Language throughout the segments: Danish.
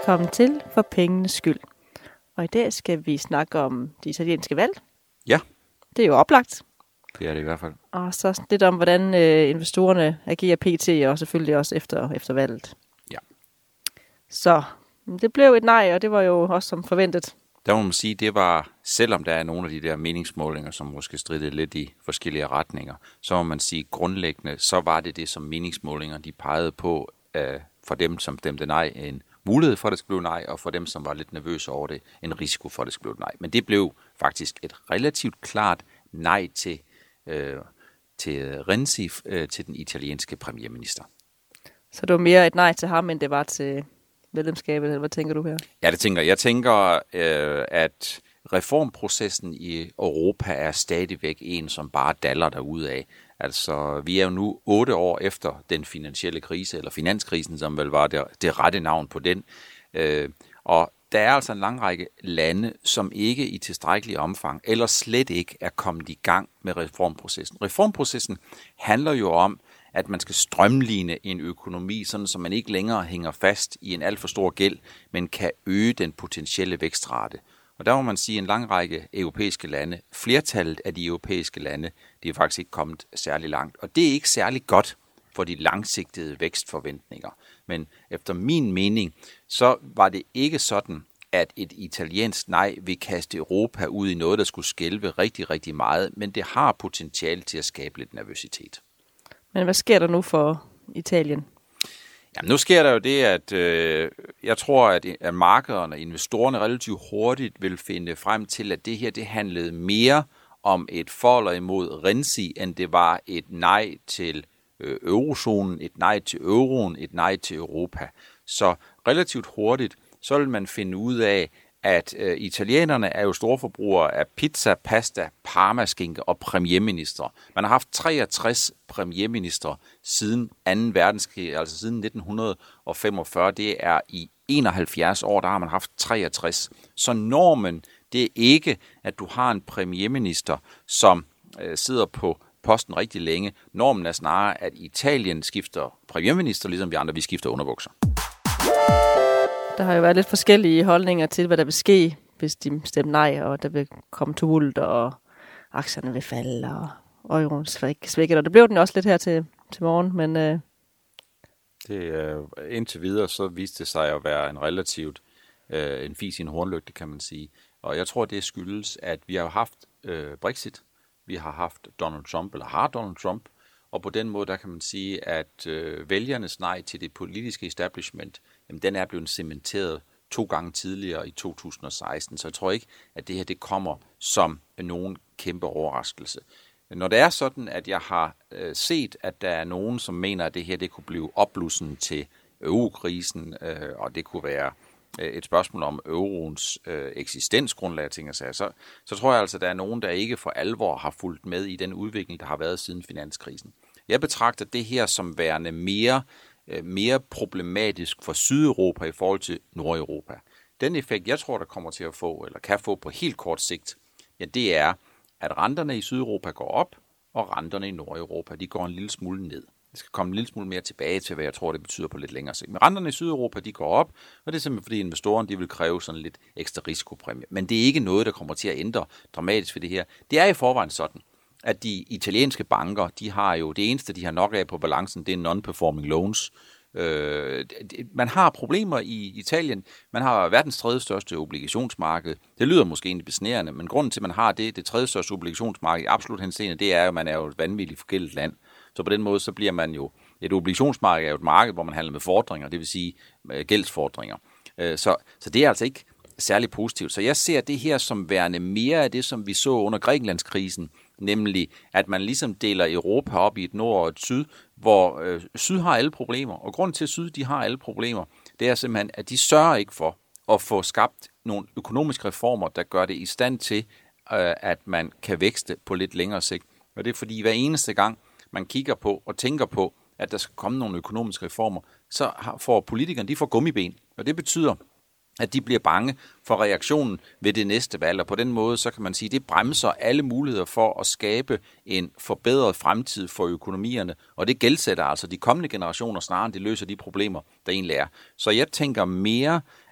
velkommen til For pengenes skyld. Og i dag skal vi snakke om de italienske valg. Ja. Det er jo oplagt. Det er det i hvert fald. Og så lidt om, hvordan investorerne agerer pt. Og selvfølgelig også efter valget. Ja. Så det blev et nej, og det var jo også som forventet. Der må man sige, det var, selvom der er nogle af de der meningsmålinger, som måske stridede lidt i forskellige retninger, så må man sige grundlæggende, så var det som meningsmålinger, de pegede på for dem, som stemte nej, en mulighed for, at det skulle blive nej, og for dem, som var lidt nervøse over det, en risiko for, at det skulle blive nej. Men det blev faktisk et relativt klart nej til Renzi, til den italienske premierminister. Så det var mere et nej til ham, end det var til medlemskabet, eller hvad tænker du her? Ja, det tænker jeg. Jeg tænker, at reformprocessen i Europa er stadigvæk en, som bare daller derudad. Altså, vi er jo nu 8 år efter den finansielle krise, eller finanskrisen, som vel var det rette navn på den. Og der er altså en lang række lande, som ikke i tilstrækkelig omfang, eller slet ikke er kommet i gang med reformprocessen. Reformprocessen handler jo om, at man skal strømline en økonomi, sådan så man ikke længere hænger fast i en alt for stor gæld, men kan øge den potentielle vækstrate. Og der må man sige, at en lang række europæiske lande, flertallet af de europæiske lande, de er faktisk ikke kommet særlig langt. Og det er ikke særlig godt for de langsigtede vækstforventninger. Men efter min mening, så var det ikke sådan, at et italiensk nej vil kaste Europa ud i noget, der skulle skælve rigtig, rigtig meget, men det har potentiale til at skabe lidt nervøsitet. Men hvad sker der nu for Italien? Jamen, nu sker der jo det, at jeg tror, at markederne og investorerne relativt hurtigt vil finde frem til, at det her det handlede mere om et for eller imod Renzi, end det var et nej til eurozonen, et nej til euroen, et nej til Europa. Så relativt hurtigt, så vil man finde ud af, at italienerne er jo storforbrugere af pizza, pasta, parmaskinke og premierminister. Man har haft 63 premierministre siden 2. verdenskrig, altså siden 1945. Det er i 71 år, der har man haft 63. Så normen, det er ikke, at du har en premierminister, som sidder på posten rigtig længe. Normen er snarere, at Italien skifter premierminister, ligesom vi andre, vi skifter underbukser. Der har jo været lidt forskellige holdninger til, hvad der vil ske, hvis de stemmer nej, og der vil komme tumult, og aktierne vil falde, og euroen svækket. Og det blev den også lidt her til morgen, men... Indtil videre, så viste det sig at være en relativt en fis i en hornlygte, kan man sige. Og jeg tror, det skyldes, at vi har haft Brexit, vi har haft Donald Trump, eller har Donald Trump, og på den måde, der kan man sige, at vælgernes nej til det politiske establishment, jamen, den er blevet cementeret 2 gange tidligere i 2016. Så jeg tror ikke, at det her det kommer som nogen kæmpe overraskelse. Når det er sådan, at jeg har set, at der er nogen, som mener, at det her det kunne blive opblussen til eurokrisen, og det kunne være et spørgsmål om euroens eksistensgrundlag, så tror jeg altså, at der er nogen, der ikke for alvor har fulgt med i den udvikling, der har været siden finanskrisen. Jeg betragter det her som værende mere problematisk for Sydeuropa i forhold til Nordeuropa. Den effekt, jeg tror, der kommer til at få, eller kan få på helt kort sigt, ja, det er, at renterne i Sydeuropa går op, og renterne i Nordeuropa, de går en lille smule ned. Det skal komme en lille smule mere tilbage til, hvad jeg tror, det betyder på lidt længere sigt. Men renterne i Sydeuropa, de går op, og det er simpelthen, fordi investorerne de vil kræve sådan lidt ekstra risikopræmie. Men det er ikke noget, der kommer til at ændre dramatisk ved det her. Det er i forvejen sådan, at de italienske banker, de har jo det eneste, de har nok af på balancen, det er non-performing loans. Man har problemer i Italien. Man har verdens 3. største obligationsmarked. Det lyder måske egentlig besnærende, men grunden til, at man har det 3. største obligationsmarked i absolut henseende, det er, at man er jo et vanvittigt forgældet land. Så på den måde, så bliver man jo, et obligationsmarked er jo et marked, hvor man handler med fordringer, det vil sige gældsfordringer. Så det er altså ikke særlig positivt. Så jeg ser det her som værende mere af det, som vi så under Grækenlandskrisen, nemlig at man ligesom deler Europa op i et nord og et syd, hvor syd har alle problemer. Og grunden til, at syd de har alle problemer, det er simpelthen, at de sørger ikke for at få skabt nogle økonomiske reformer, der gør det i stand til, at man kan vækste på lidt længere sigt. Og det er fordi, hver eneste gang, man kigger på og tænker på, at der skal komme nogle økonomiske reformer, så får politikerne, de får gummiben. Og det betyder, at de bliver bange for reaktionen ved det næste valg. Og på den måde, så kan man sige, at det bremser alle muligheder for at skabe en forbedret fremtid for økonomierne. Og det gældsætter altså de kommende generationer snarere, end det løser de problemer, der egentlig er. Så jeg tænker mere,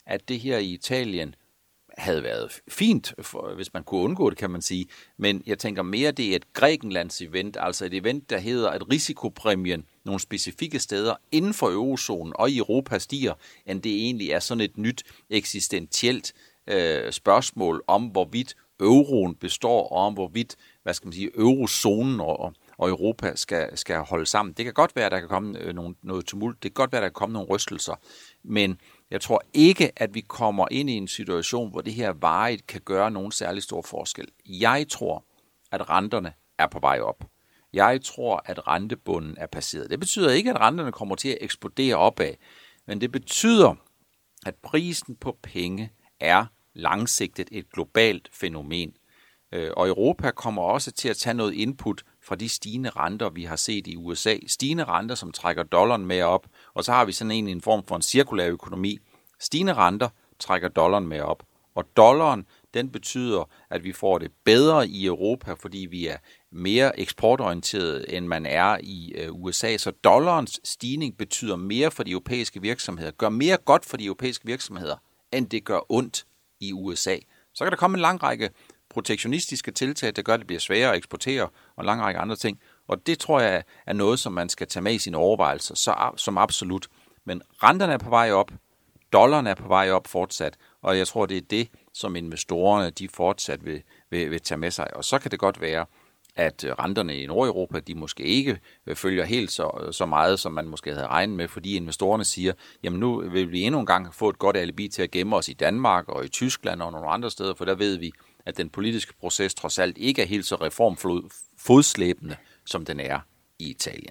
at det her i Italien havde været fint, hvis man kunne undgå det, kan man sige. Men jeg tænker mere, det er et Grækenlands event, altså et event, der hedder, at risikopræmien nogle specifikke steder inden for eurozonen og i Europa stiger, end det egentlig er sådan et nyt eksistentielt spørgsmål om, hvorvidt euroen består, og om hvorvidt, eurozonen og Europa skal holde sammen. Det kan godt være, at der kan komme noget tumult, det kan godt være, at der kan komme nogle rystelser, men jeg tror ikke, at vi kommer ind i en situation, hvor det her varigt kan gøre nogen særlig stor forskel. Jeg tror, at renterne er på vej op. Jeg tror, at rentebunden er passeret. Det betyder ikke, at renterne kommer til at eksplodere opad, men det betyder, at prisen på penge er langsigtet et globalt fænomen. Og Europa kommer også til at tage noget input fra de stigende renter, vi har set i USA. Stigende renter, som trækker dollaren med op, og så har vi sådan en form for en cirkulær økonomi. Stigende renter trækker dollaren med op, og dollaren, den betyder, at vi får det bedre i Europa, fordi vi er mere eksportorienteret, end man er i USA. Så dollarens stigning betyder mere for de europæiske virksomheder, gør mere godt for de europæiske virksomheder, end det gør ondt i USA. Så kan der komme en lang række protektionistiske tiltag, der gør, at det bliver sværere at eksportere, og en lang række andre ting. Og det tror jeg er noget, som man skal tage med i sine overvejelser, som absolut. Men renterne er på vej op, dollaren er på vej op fortsat, og jeg tror, det er det, som investorerne de fortsat vil tage med sig. Og så kan det godt være, at renterne i Nordeuropa, de måske ikke følger helt så meget, som man måske havde regnet med, fordi investorerne siger, jamen nu vil vi endnu en gang få et godt alibi til at gemme os i Danmark og i Tyskland og nogle andre steder, for der ved vi, at den politiske proces trods alt ikke er helt så reformfodslæbende, som den er i Italien.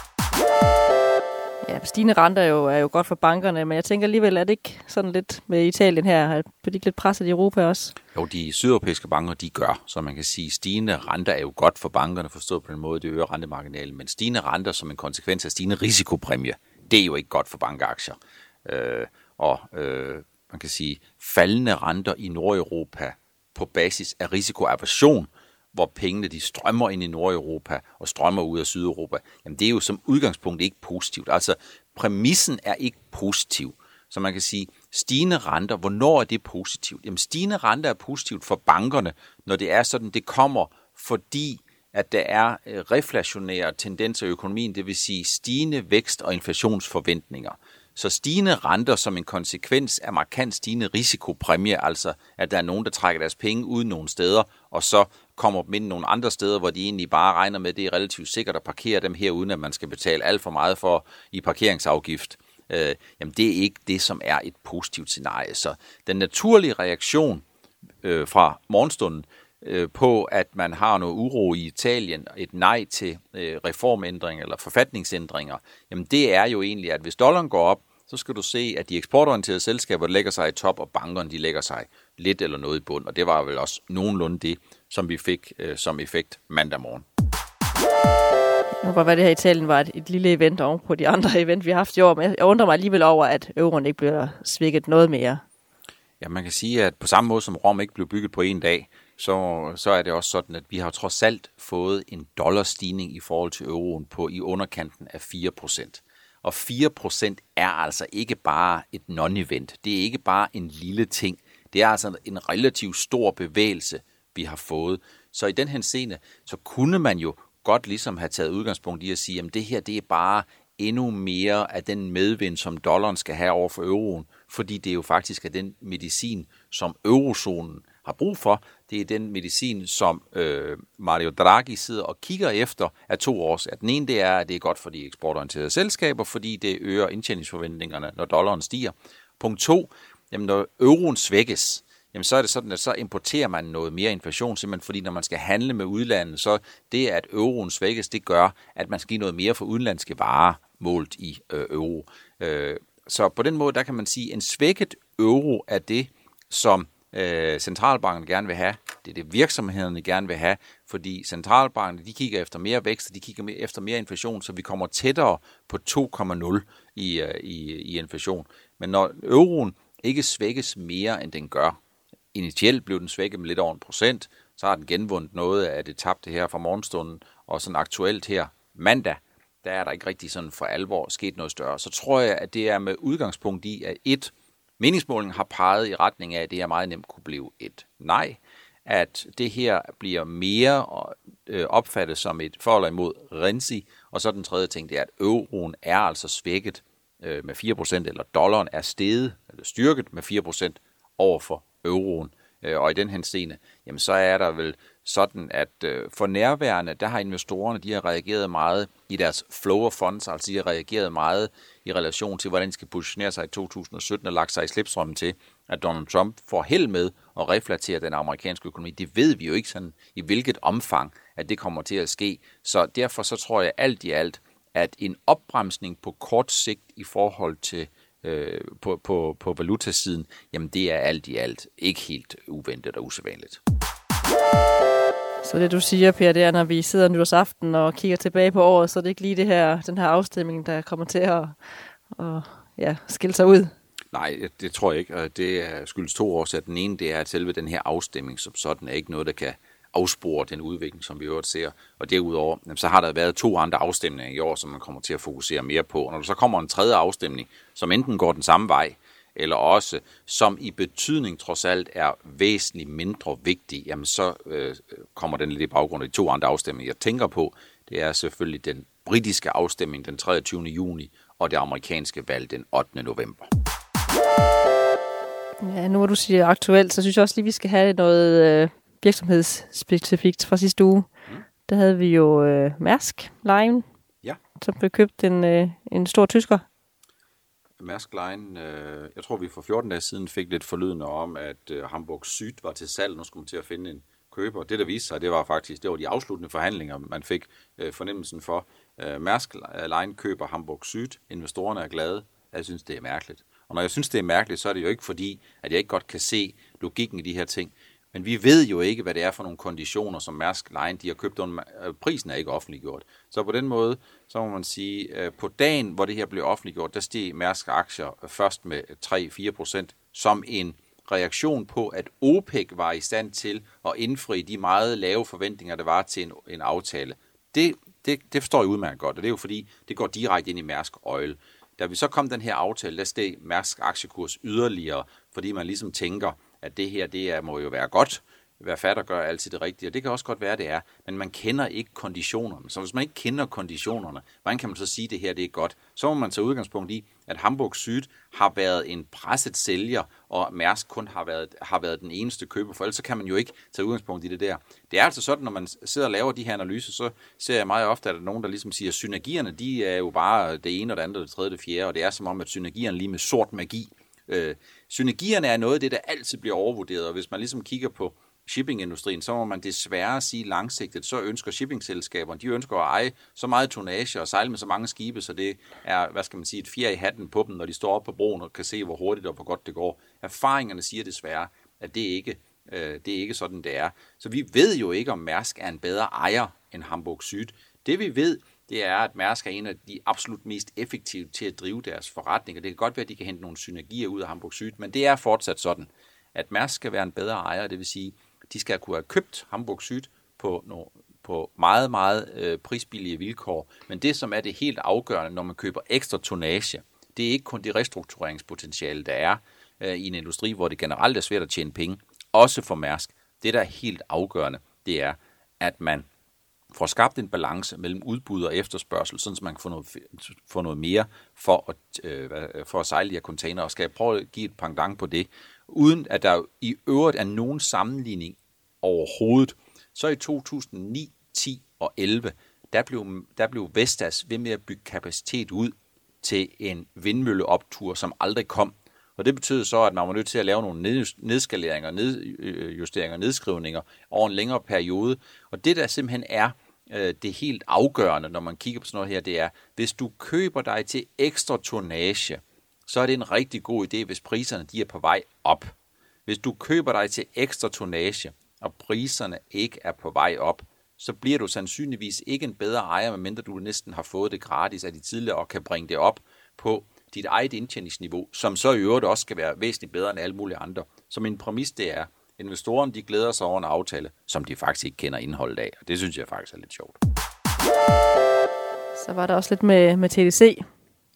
Ja, stigende renter er jo godt for bankerne, men jeg tænker alligevel, at det ikke sådan lidt med Italien her, bliver de ikke lidt presset i Europa også? Jo, de sydeuropæiske banker, de gør, så man kan sige, stigende renter er jo godt for bankerne, forstået på den måde, det øger rentemarginalen, men stigende renter som en konsekvens af stigende risikopræmie, det er jo ikke godt for bankaktier. Man kan sige, faldende renter i Nordeuropa på basis af risikoaversion, hvor pengene de strømmer ind i Nordeuropa og strømmer ud af Sydeuropa, jamen det er jo som udgangspunkt ikke positivt. Altså præmissen er ikke positiv. Så man kan sige, stigende renter, hvornår er det positivt? Jamen stigende renter er positivt for bankerne, når det er sådan, det kommer, fordi at der er reflationære tendenser i økonomien, det vil sige stigende vækst- og inflationsforventninger. Så stigende renter som en konsekvens af markant stigende risikopræmie, altså at der er nogen, der trækker deres penge ud nogle steder, og så kommer dem ind nogle andre steder, hvor de egentlig bare regner med, at det er relativt sikkert at parkere dem her, uden at man skal betale alt for meget for i parkeringsafgift. Jamen det er ikke det, som er et positivt scenarie. Så den naturlige reaktion fra morgenstunden på, at man har noget uro i Italien, et nej til reformændringer eller forfatningsændringer, jamen det er jo egentlig, at hvis dollaren går op, så skal du se, at de eksportorienterede selskaber lægger sig i top, og bankerne de lægger sig lidt eller noget i bund. Og det var vel også nogenlunde det, som vi fik som effekt mandag morgen. Nu kan det her i Italien var et lille event oven på de andre event, vi har haft i år, men jeg undrer mig alligevel over, at euroen ikke bliver svækket noget mere. Ja, man kan sige, at på samme måde som Rom ikke blev bygget på en dag, så er det også sådan, at vi har trods alt fået en dollarstigning i forhold til euroen på i underkanten af 4%. Og 4% er altså ikke bare et non-event. Det er ikke bare en lille ting. Det er altså en relativt stor bevægelse, vi har fået. Så i den henseende, så kunne man jo godt ligesom have taget udgangspunkt i at sige, at det her det er bare endnu mere af den medvind, som dollaren skal have over for euroen, fordi det jo faktisk er den medicin, som eurozonen har brug for. Det er den medicin, som Mario Draghi sidder og kigger efter af 2 årsager. Den ene det er, at det er godt for de eksportorienterede selskaber, fordi det øger indtjeningsforventningerne, når dollaren stiger. Punkt 2, jamen når euroen svækkes, jamen så er det sådan, at så importerer man noget mere inflation, simpelthen fordi når man skal handle med udlandet, så det at euroen svækkes, det gør, at man skal give noget mere for udenlandske varer målt i euro. Så på den måde, der kan man sige, en svækket euro er det, som centralbanken gerne vil have. Det er det, virksomhederne gerne vil have, fordi centralbanken, de kigger efter mere vækst, og de kigger efter mere inflation, så vi kommer tættere på 2,0 i inflation. Men når euroen ikke svækkes mere, end den gør, initielt blev den svækket med lidt over 1%, så har den genvundet noget af det tabte her fra morgenstunden, og sådan aktuelt her mandag, der er der ikke rigtig sådan for alvor sket noget større. Så tror jeg, at det er med udgangspunkt i, at Meningsmålingen har peget i retning af, at det her meget nemt kunne blive et nej, at det her bliver mere opfattet som et for eller imod Renzi, og så den tredje ting, det er, at euroen er altså svækket med 4%, eller dollaren er steget, eller styrket med 4% over for euroen. Og i den henseende, jamen så er der vel sådan, at for nærværende, der har investorerne, de har reageret meget i deres flow of funds, altså de har reageret meget i relation til, hvordan de skal positionere sig i 2017 og lagt sig i slipstrømmen til, at Donald Trump får held med at reflektere den amerikanske økonomi. Det ved vi jo ikke sådan, i hvilket omfang, at det kommer til at ske. Så derfor så tror jeg alt i alt, at en opbremsning på kort sigt i forhold til på valutasiden, jamen det er alt i alt ikke helt uventet og usædvanligt. Så det du siger, Per, det er, når vi sidder nytårsaften og kigger tilbage på året, så er det ikke lige den her afstemning, der kommer til at skille sig ud? Nej, det tror jeg ikke, og det skyldes 2 årsager. Den ene, det er, at selve den her afstemning som sådan er ikke noget, der kan afspore den udvikling, som vi øvrigt ser. Og derudover, så har der været 2 andre afstemninger i år, som man kommer til at fokusere mere på. Og når der så kommer en tredje afstemning, som enten går den samme vej, eller også, som i betydning trods alt er væsentligt mindre vigtig, jamen så kommer den lidt i baggrund af de 2 andre afstemninger. Jeg tænker på, det er selvfølgelig den britiske afstemning den 23. juni, og det amerikanske valg den 8. november. Ja, nu hvor du siger aktuelt, så synes jeg også lige, vi skal have noget virksomhedsspecifikt fra sidste uge. Der havde vi jo Maersk Line, som blev købt en stor tysker. Maersk Line, jeg tror vi for 14 dage siden fik lidt forlydende om, at Hamburg Süd var til salg. Nu skulle man til at finde en køber. Det der viste sig, det var de afsluttende forhandlinger, man fik fornemmelsen for. Maersk Line køber Hamburg Süd. Investorerne er glade. Jeg synes, det er mærkeligt. Og når jeg synes, det er mærkeligt, så er det jo ikke fordi, at jeg ikke godt kan se logikken i de her ting. Men vi ved jo ikke, hvad det er for nogle konditioner, som Maersk Line de har købt. Prisen er ikke offentliggjort. Så på den måde, så må man sige, på dagen, hvor det her blev offentliggjort, der steg Maersk aktier først med 3-4%, som en reaktion på, at OPEC var i stand til at indfri de meget lave forventninger, der var til en aftale. Det forstår jeg udmærket godt, og det er jo fordi, det går direkte ind i Maersk Oil. Da vi så kom den her aftale, der steg Maersk aktiekurs yderligere, fordi man ligesom tænker, at det her, må jo være godt. Hver fatter gør altid det rigtige, og det kan også godt være, det er, men man kender ikke konditionerne. Så hvis man ikke kender konditionerne, hvordan kan man så sige, at det her det er godt? Så må man tage udgangspunkt i, at Hamburg Süd har været en presset sælger, og Maersk kun har været den eneste køber, for ellers så kan man jo ikke tage udgangspunkt i det der. Det er altså sådan, når man sidder og laver de her analyser, så ser jeg meget ofte, at der er nogen, der ligesom siger, at synergierne, de er jo bare det ene og det andet, det tredje og det fjerde, og det er som om, at synergierne lige med sort magi. Synergierne er noget af det, der altid bliver overvurderet, og hvis man ligesom kigger på shippingindustrien, så må man desværre sige langsigtet, så ønsker shippingselskaberne, de ønsker at eje så meget tonnage og sejle med så mange skibe, så det er, et fjer i hatten på dem, når de står op på broen og kan se, hvor hurtigt og hvor godt det går. Erfaringerne siger desværre, at det ikke er sådan, det er. Så vi ved jo ikke, om Maersk er en bedre ejer end Hamburg Süd. Det vi ved, det er, at Maersk er en af de absolut mest effektive til at drive deres forretninger. Det kan godt være, at de kan hente nogle synergier ud af Hamburg Süd, men det er fortsat sådan, at Maersk skal være en bedre ejer, det vil sige, de skal kunne have købt Hamburg Süd på meget, meget prisbillige vilkår. Men det, som er det helt afgørende, når man køber ekstra tonnage, det er ikke kun det restruktureringspotentiale, der er i en industri, hvor det generelt er svært at tjene penge, også for Maersk. Det, der er helt afgørende, det er, at man får skabt en balance mellem udbud og efterspørgsel, sådan at man kan få noget mere for at sejle de her container, og skal jeg prøve at give et pendant på det, uden at der i øvrigt er nogen sammenligning overhovedet. Så i 2009, 10 og 11, der blev Vestas ved med at bygge kapacitet ud til en vindmølleoptur, som aldrig kom. Og det betød så, at man var nødt til at lave nogle nedskaleringer, nedjusteringer, nedskrivninger over en længere periode. Og det der simpelthen er det helt afgørende, når man kigger på sådan noget her, det er, hvis du køber dig til ekstra tonnage, så er det en rigtig god idé, hvis priserne de er på vej op. Hvis du køber dig til ekstra tonnage, og priserne ikke er på vej op, så bliver du sandsynligvis ikke en bedre ejer, medmindre du næsten har fået det gratis af de tidligere, og kan bringe det op på dit eget indtjeningsniveau, som så i øvrigt også skal være væsentligt bedre end alle mulige andre. Så min præmis det er, investorerne de glæder sig over en aftale, som de faktisk ikke kender indholdet af, og det synes jeg faktisk er lidt sjovt. Så var der også lidt med TDC.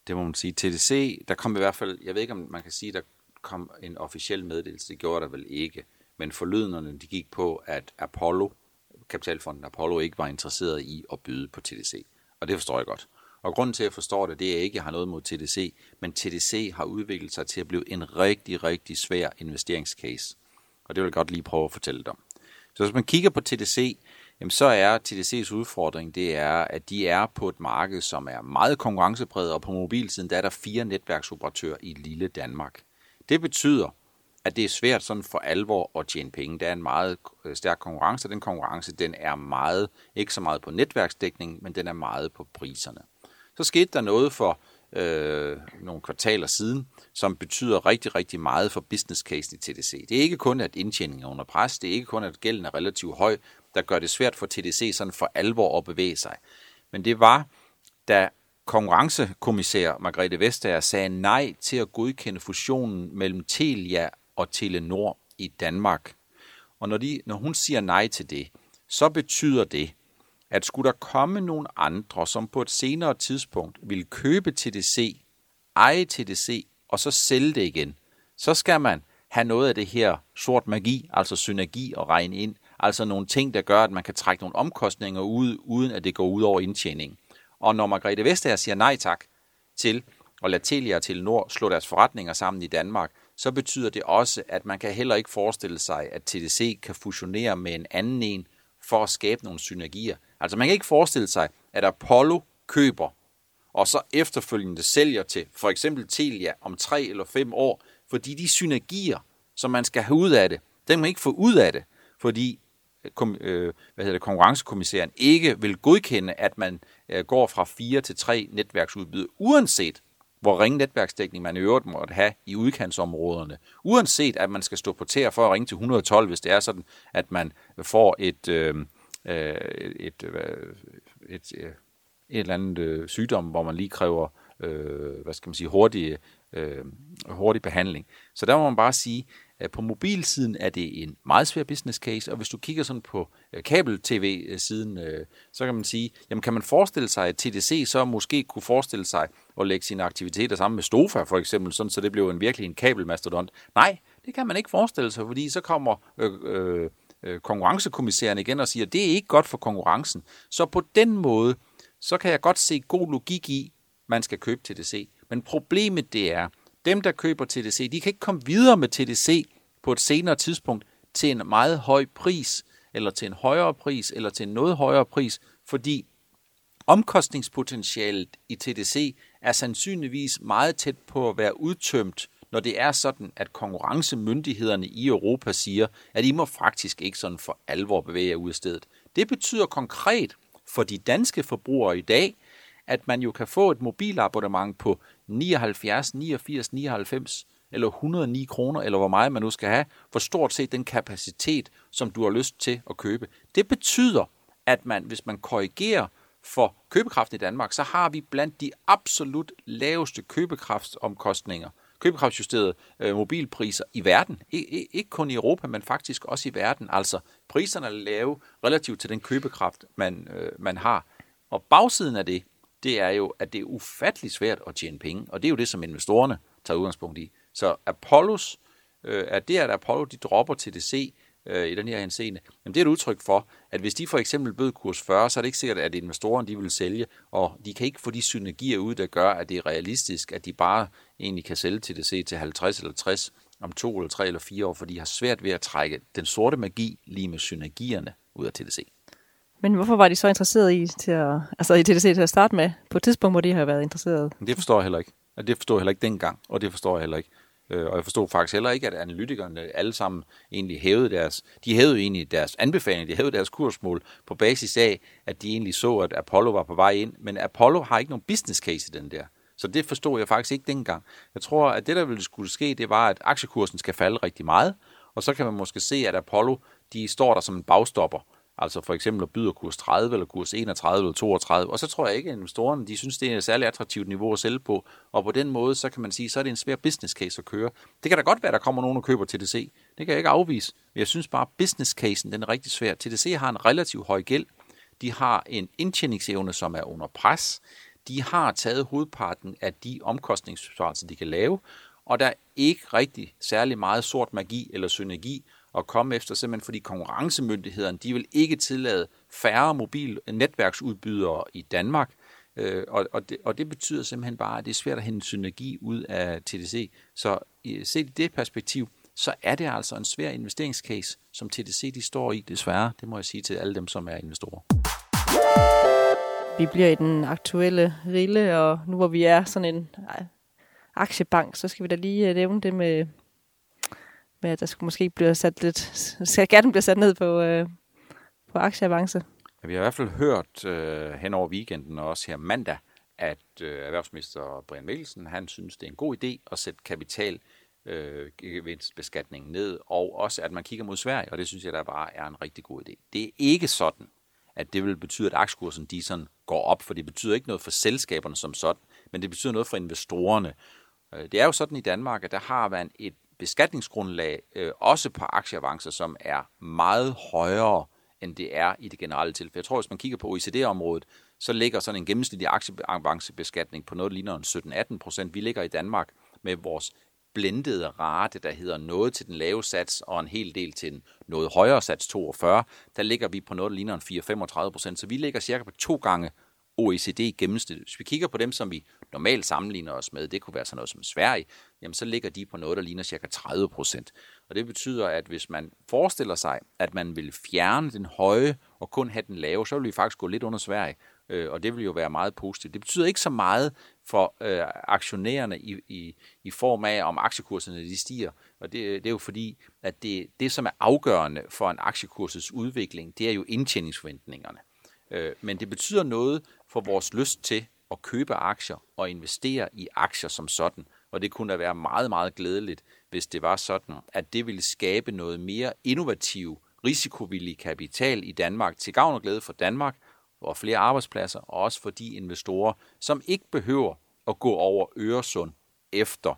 Det må man sige. TDC, der kom i hvert fald, jeg ved ikke, om man kan sige, der kom en officiel meddelelse. Det gjorde der vel ikke. Men forlydenderne, de gik på, at kapitalfonden Apollo ikke var interesseret i at byde på TDC. Og det forstår jeg godt. Og grunden til, at jeg forstår det, det er, at jeg ikke har noget mod TDC, men TDC har udviklet sig til at blive en rigtig, rigtig svær investeringscase. Og det vil jeg godt lige prøve at fortælle dig om. Så hvis man kigger på TDC, jamen så er TDC's udfordring, det er, at de er på et marked, som er meget konkurrencepræget, og på mobilsiden der er der 4 netværksoperatører i lille Danmark. Det betyder, at det er svært sådan for alvor at tjene penge. Der er en meget stærk konkurrence, og den konkurrence den er meget, ikke så meget på netværksdækning, men den er meget på priserne. Så skete der noget for nogle kvartaler siden, som betyder rigtig, rigtig meget for business case i TDC. Det er ikke kun, at indtjeningen er under pres, det er ikke kun, at gælden er relativt høj, der gør det svært for TDC sådan for alvor at bevæge sig. Men det var, da konkurrencekommissær Margrethe Vestager sagde nej til at godkende fusionen mellem Telia og Telenor i Danmark. Og når hun siger nej til det, så betyder det, at skulle der komme nogle andre, som på et senere tidspunkt vil købe TDC, eje TDC og så sælge det igen, så skal man have noget af det her sort magi, altså synergi og regne ind, altså nogle ting, der gør, at man kan trække nogle omkostninger ud, uden at det går ud over indtjeningen. Og når Margrethe Vestager siger nej tak til at lade Telia og Telenor slå deres forretninger sammen i Danmark, så betyder det også, at man kan heller ikke forestille sig, at TDC kan fusionere med en anden en for at skabe nogle synergier. Altså man kan ikke forestille sig, at Apollo køber, og så efterfølgende sælger til for eksempel Telia om 3 eller 5 år, fordi de synergier, som man skal have ud af det, den kan man ikke få ud af det, fordi konkurrencekommissæren ikke vil godkende, at man går fra 4 til 3 netværksudbydere, uanset hvor ringe netværksdækning man i øvrigt måtte have i udkantsområderne. Uanset at man skal stå på tæer for at ringe til 112, hvis det er sådan, at man får et eller andet sygdom, hvor man lige kræver hurtig behandling. Så der må man bare sige, at på mobilsiden er det en meget svær business case, og hvis du kigger sådan på kabel-tv-siden, så kan man sige, jamen kan man forestille sig, at TDC så måske kunne forestille sig at lægge sine aktiviteter sammen med Stofa for eksempel, sådan, så det blev virkelig en kabelmastodont. Nej, det kan man ikke forestille sig, fordi så kommer konkurrencekommissæren igen og siger, at det er ikke godt for konkurrencen. Så på den måde, så kan jeg godt se god logik i, man skal købe TDC. Men problemet det er, dem der køber TDC, de kan ikke komme videre med TDC på et senere tidspunkt til en meget høj pris, eller til en højere pris, eller til en noget højere pris, fordi omkostningspotentialet i TDC er sandsynligvis meget tæt på at være udtømt, når det er sådan, at konkurrencemyndighederne i Europa siger, at I må faktisk ikke sådan for alvor bevæge jer ud af stedet. Det betyder konkret for de danske forbrugere i dag, at man jo kan få et mobilabonnement på 79, 89, 99 eller 109 kroner, eller hvor meget man nu skal have, for stort set den kapacitet, som du har lyst til at købe. Det betyder, at man, hvis man korrigerer for købekraften i Danmark, så har vi blandt de absolut laveste købekraftsomkostninger, købekraftsjusterede mobilpriser i verden. Ikke kun i Europa, men faktisk også i verden. Altså priserne er lave relativt til den købekraft, man har. Og bagsiden af det er jo, at det er ufattelig svært at tjene penge, og det er jo det, som investorerne tager udgangspunkt i. Så at Apollo de dropper TDC i den her henseende, jamen det er et udtryk for, at hvis de for eksempel bød kurs 40, så er det ikke sikkert, at investorerne de vil sælge, og de kan ikke få de synergier ud, der gør, at det er realistisk, at de bare egentlig kan sælge TDC til 50 eller 60 om 2 eller 3 eller 4 år, for de har svært ved at trække den sorte magi lige med synergierne ud af TDC. Men hvorfor var de så interesserede i TDC til at starte med, på et tidspunkt, hvor de har været interesserede? Det forstår jeg heller ikke. Det forstår jeg heller ikke dengang, og det forstår jeg heller ikke. Og jeg forstod faktisk heller ikke, at analytikerne alle sammen egentlig hævede deres anbefaling, de hævede deres kursmål på basis af, at de egentlig så, at Apollo var på vej ind. Men Apollo har ikke nogen business case i den der. Så det forstod jeg faktisk ikke dengang. Jeg tror, at det, der ville skulle ske, det var, at aktiekursen skal falde rigtig meget, og så kan man måske se, at Apollo, de står der som en bagstopper. Altså for eksempel at byder kurs 30 eller kurs 31 eller 32, og så tror jeg ikke, at investorerne de synes, det er et særligt attraktivt niveau at sælge på, og på den måde, så kan man sige, så er det en svær business case at køre. Det kan da godt være, at der kommer nogen og køber TDC. Det kan jeg ikke afvise, men jeg synes bare, at business casen den er rigtig svær. TDC har en relativt høj gæld, de har en indtjeningsevne, som er under pres, de har taget hovedparten af de omkostningsbesparelser, de kan lave, og der er ikke rigtig særlig meget sort magi eller synergi at komme efter, simpelthen fordi konkurrencemyndighederne, de vil ikke tillade færre netværksudbydere i Danmark, og det betyder simpelthen bare, at det er svært at hente synergi ud af TDC. Så set i det perspektiv, så er det altså en svær investeringscase, som TDC de står i, desværre. Det må jeg sige til alle dem, som er investorer. Vi bliver i den aktuelle rille, og nu hvor vi er sådan en aktiebank, så skal vi da lige nævne det med at der skulle måske blive sat lidt, skatten bliver sat ned på aktieavance. Ja, vi har i hvert fald hørt hen over weekenden og også her mandag, at erhvervsminister Brian Mikkelsen, han synes, det er en god idé at sætte kapitalgevinstbeskatningen ned, og også at man kigger mod Sverige, og det synes jeg der bare er en rigtig god idé. Det er ikke sådan, at det vil betyde, at aktiekursen de sådan går op, for det betyder ikke noget for selskaberne som sådan, men det betyder noget for investorerne. Det er jo sådan i Danmark, at der har været et beskatningsgrundlag, også på aktieavancer, som er meget højere, end det er i det generelle tilfælde. Jeg tror, hvis man kigger på OECD-området, så ligger sådan en gennemsnitlig aktieavancebeskatning på noget, der ligner 17-18%. Vi ligger i Danmark med vores blendede rate, der hedder noget til den lave sats, og en hel del til en noget højere sats, 42. Der ligger vi på noget, der ligner 4-35%. Så vi ligger cirka på 2 gange OECD gennemsnit. Hvis vi kigger på dem, som vi normalt sammenligner os med, det kunne være sådan noget som Sverige, jamen så ligger de på noget, der ligner cirka 30%. Og det betyder, at hvis man forestiller sig, at man vil fjerne den høje og kun have den lave, så vil vi faktisk gå lidt under Sverige, og det vil jo være meget positivt. Det betyder ikke så meget for aktionærerne i form af, om aktiekurserne de stiger, og det er jo fordi, at det, som er afgørende for en aktiekurses udvikling, det er jo indtjeningsforventningerne. Men det betyder noget for vores lyst til at købe aktier og investere i aktier som sådan. Og det kunne da være meget, meget glædeligt, hvis det var sådan, at det ville skabe noget mere innovativ, risikovillig kapital i Danmark til gavn og glæde for Danmark og flere arbejdspladser, og også for de investorer, som ikke behøver at gå over Øresund efter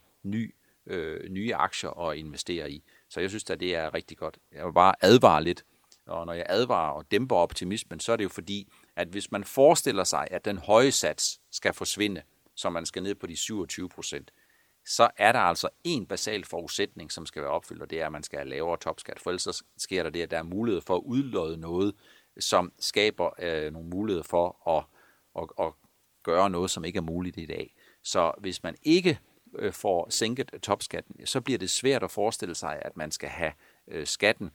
nye aktier og investere i. Så jeg synes, at det er rigtig godt. Jeg vil bare advare lidt. Og når jeg advarer og dæmper optimismen, så er det jo fordi, at hvis man forestiller sig, at den høje sats skal forsvinde, så man skal ned på de 27%, så er der altså en basal forudsætning, som skal være opfyldt, og det er, at man skal have lavere topskat. For ellers så sker der det, at der er mulighed for at udlodde noget, som skaber nogle muligheder for at gøre noget, som ikke er muligt i dag. Så hvis man ikke får sænket topskatten, så bliver det svært at forestille sig, at man skal have skatten,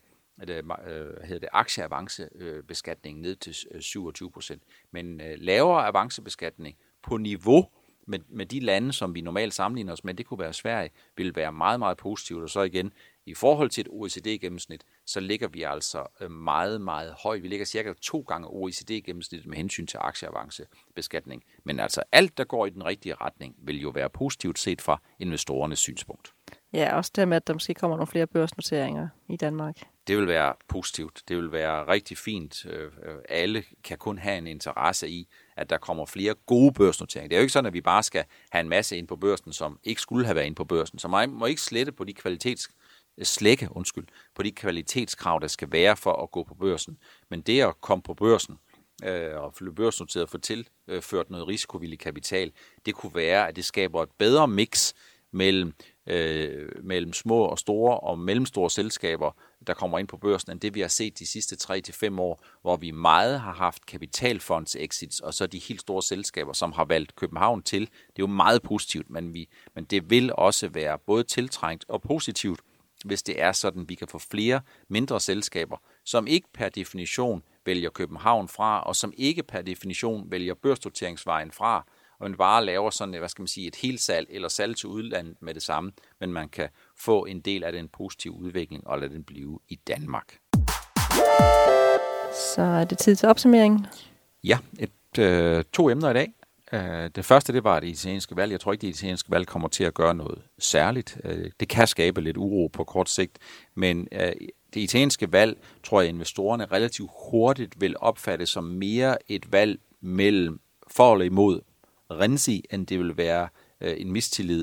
aktieavancebeskatningen ned til 27%. Men lavere avancebeskatning på niveau med de lande, som vi normalt sammenligner os med, det kunne være Sverige, vil være meget, meget positivt. Og så igen, i forhold til et OECD-gennemsnit, så ligger vi altså meget, meget højt. Vi ligger cirka 2 gange OECD-gennemsnittet med hensyn til aktieavancebeskatning. Men altså alt, der går i den rigtige retning, vil jo være positivt set fra investorernes synspunkt. Ja, også det med, at der måske kommer nogle flere børsnoteringer i Danmark. Det vil være positivt. Det vil være rigtig fint. Alle kan kun have en interesse i, at der kommer flere gode børsnoteringer. Det er jo ikke sådan, at vi bare skal have en masse ind på børsen, som ikke skulle have været ind på børsen. Så man må ikke slette på de på de kvalitetskrav, der skal være for at gå på børsen. Men det at komme på børsen og blive børsnoteret og få tilført noget risikovillig kapital, det kunne være, at det skaber et bedre mix mellem små og store og mellemstore selskaber, der kommer ind på børsen, end det vi har set de sidste 3-5 år, hvor vi meget har haft kapitalfonds-exits, og så de helt store selskaber, som har valgt København til. Det er jo meget positivt, men det vil også være både tiltrængt og positivt, hvis det er sådan, vi kan få flere mindre selskaber, som ikke per definition vælger København fra, og som ikke per definition vælger børsnoteringsvejen fra, og man bare laver sådan, et helt salg eller salg til udlandet med det samme, men man kan få en del af den positive udvikling og lade den blive i Danmark. Så er det tid til opsummering. Ja, 2 emner i dag. Det første, det var det italienske valg. Jeg tror ikke, det italienske valg kommer til at gøre noget særligt. Det kan skabe lidt uro på kort sigt, men det italienske valg, tror jeg, investorerne relativt hurtigt vil opfatte som mere et valg mellem for eller imod Renzi, end det vil være en mistillid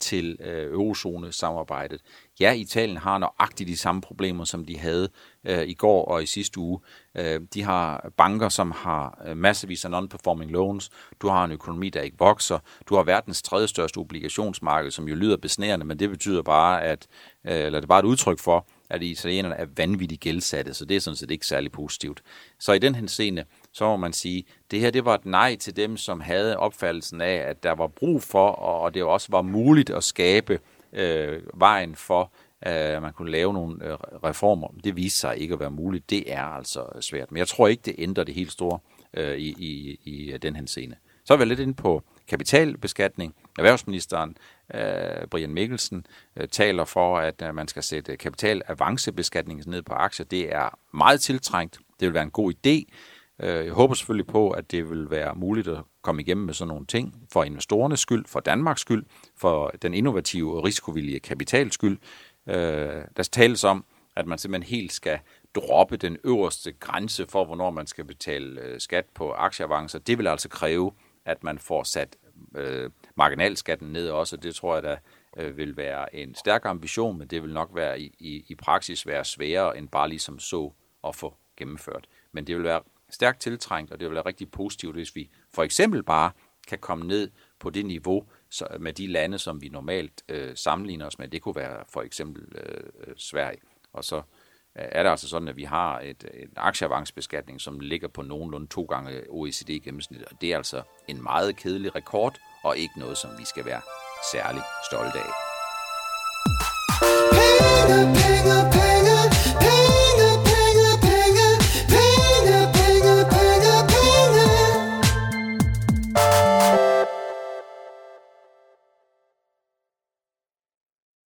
til eurozone-samarbejdet. Ja, Italien har nøjagtigt de samme problemer, som de havde i går og i sidste uge. De har banker, som har massevis af non-performing loans. Du har en økonomi, der ikke vokser. Du har verdens tredje største obligationsmarked, som jo lyder besnærende, men det betyder bare, eller det er bare et udtryk for, at italienerne er vanvittigt gældsatte, så det er sådan set ikke særlig positivt. Så i den henseende, så må man sige, det her det var et nej til dem, som havde opfattelsen af, at der var brug for, og det også var muligt at skabe vejen for, at man kunne lave nogle reformer. Det viste sig ikke at være muligt. Det er altså svært. Men jeg tror ikke, det ændrer det helt store i den henseende. Så er vi lidt inde på kapitalbeskatning. Erhvervsministeren Brian Mikkelsen taler for, at man skal sætte kapitalavancebeskatningen ned på aktier. Det er meget tiltrængt. Det vil være en god idé. Jeg håber selvfølgelig på, at det vil være muligt at komme igennem med sådan nogle ting for investorernes skyld, for Danmarks skyld, for den innovative og risikovillige kapitals skyld. Der tales om, at man simpelthen helt skal droppe den øverste grænse for, hvornår man skal betale skat på aktieavancer. Det vil altså kræve, at man får sat marginalskatten ned også. Det tror jeg, der vil være en stærk ambition, men det vil nok være i praksis være sværere end bare ligesom så at få gennemført. Men det vil være stærkt tiltrængt, og det vil være rigtig positivt, hvis vi for eksempel bare kan komme ned på det niveau med de lande, som vi normalt sammenligner os med. Det kunne være for eksempel Sverige. Og så er det altså sådan, at vi har en aktieavancebeskatning, som ligger på nogenlunde 2 gange OECD-gennemsnit, og det er altså en meget kedelig rekord, og ikke noget, som vi skal være særlig stolte af.